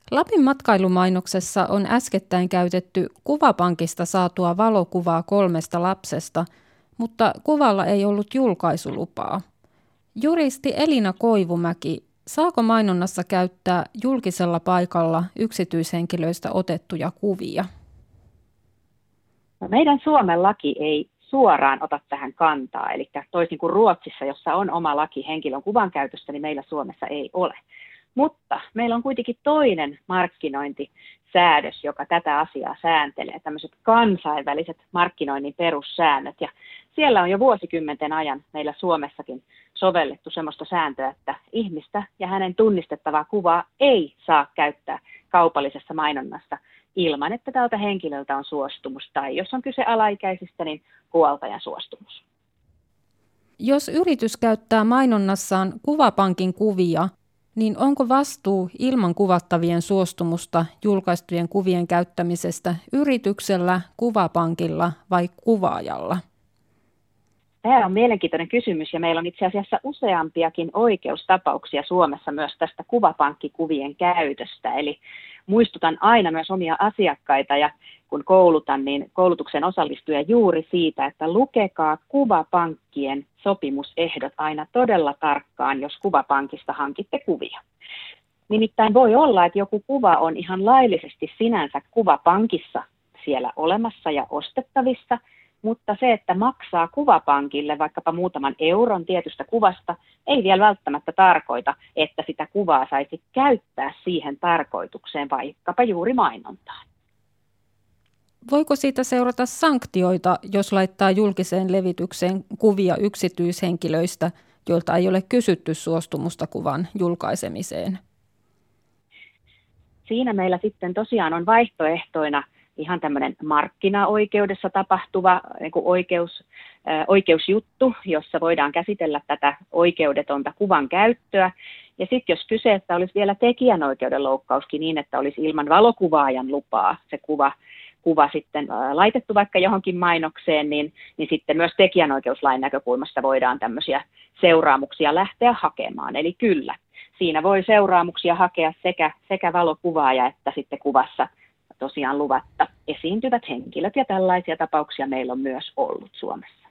Lapin matkailumainoksessa on äskettäin käytetty Kuvapankista saatua valokuvaa 3 lapsesta, mutta kuvalla ei ollut julkaisulupaa. Juristi Elina Koivumäki, saako mainonnassa käyttää julkisella paikalla yksityishenkilöistä otettuja kuvia? No, meidän Suomen laki ei suoraan ota tähän kantaa, eli toisin kuin Ruotsissa, jossa on oma laki henkilön kuvan käytöstä, niin meillä Suomessa ei ole. Mutta meillä on kuitenkin toinen markkinointisäädös, joka tätä asiaa sääntelee, tämmöiset kansainväliset markkinoinnin perussäännöt. Ja siellä on jo vuosikymmenten ajan meillä Suomessakin sovellettu semmoista sääntöä, että ihmistä ja hänen tunnistettavaa kuvaa ei saa käyttää kaupallisessa mainonnassa ilman, että tältä henkilöltä on suostumus, tai jos on kyse alaikäisistä, niin huoltajan suostumus. Jos yritys käyttää mainonnassaan Kuvapankin kuvia, niin onko vastuu ilman kuvattavien suostumusta julkaistujen kuvien käyttämisestä yrityksellä, Kuvapankilla vai kuvaajalla? Tämä on mielenkiintoinen kysymys, ja meillä on itse asiassa useampiakin oikeustapauksia Suomessa myös tästä kuvapankkikuvien käytöstä. Eli muistutan aina myös omia asiakkaita, ja kun koulutan, niin koulutuksen osallistuja juuri siitä, että lukekaa kuvapankkien sopimusehdot aina todella tarkkaan, jos Kuvapankista hankitte kuvia. Nimittäin voi olla, että joku kuva on ihan laillisesti sinänsä Kuvapankissa siellä olemassa ja ostettavissa, mutta se, että maksaa Kuvapankille vaikkapa muutaman euron tietystä kuvasta, ei vielä välttämättä tarkoita, että sitä kuvaa saisi käyttää siihen tarkoitukseen, vaikkapa juuri mainontaan. Voiko siitä seurata sanktioita, jos laittaa julkiseen levitykseen kuvia yksityishenkilöistä, joilta ei ole kysytty suostumusta kuvan julkaisemiseen? Siinä meillä sitten tosiaan on vaihtoehtoina ihan tämmöinen markkinaoikeudessa tapahtuva niin kuin oikeusjuttu, jossa voidaan käsitellä tätä oikeudetonta kuvan käyttöä. Ja sitten jos kyseessä olisi vielä tekijänoikeuden loukkauskin niin, että olisi ilman valokuvaajan lupaa se kuva sitten laitettu vaikka johonkin mainokseen, niin sitten myös tekijänoikeuslain näkökulmasta voidaan tämmöisiä seuraamuksia lähteä hakemaan. Eli kyllä, siinä voi seuraamuksia hakea sekä valokuvaaja että sitten kuvassa tosiaan luvatta esiintyvät henkilöt, ja tällaisia tapauksia meillä on myös ollut Suomessa.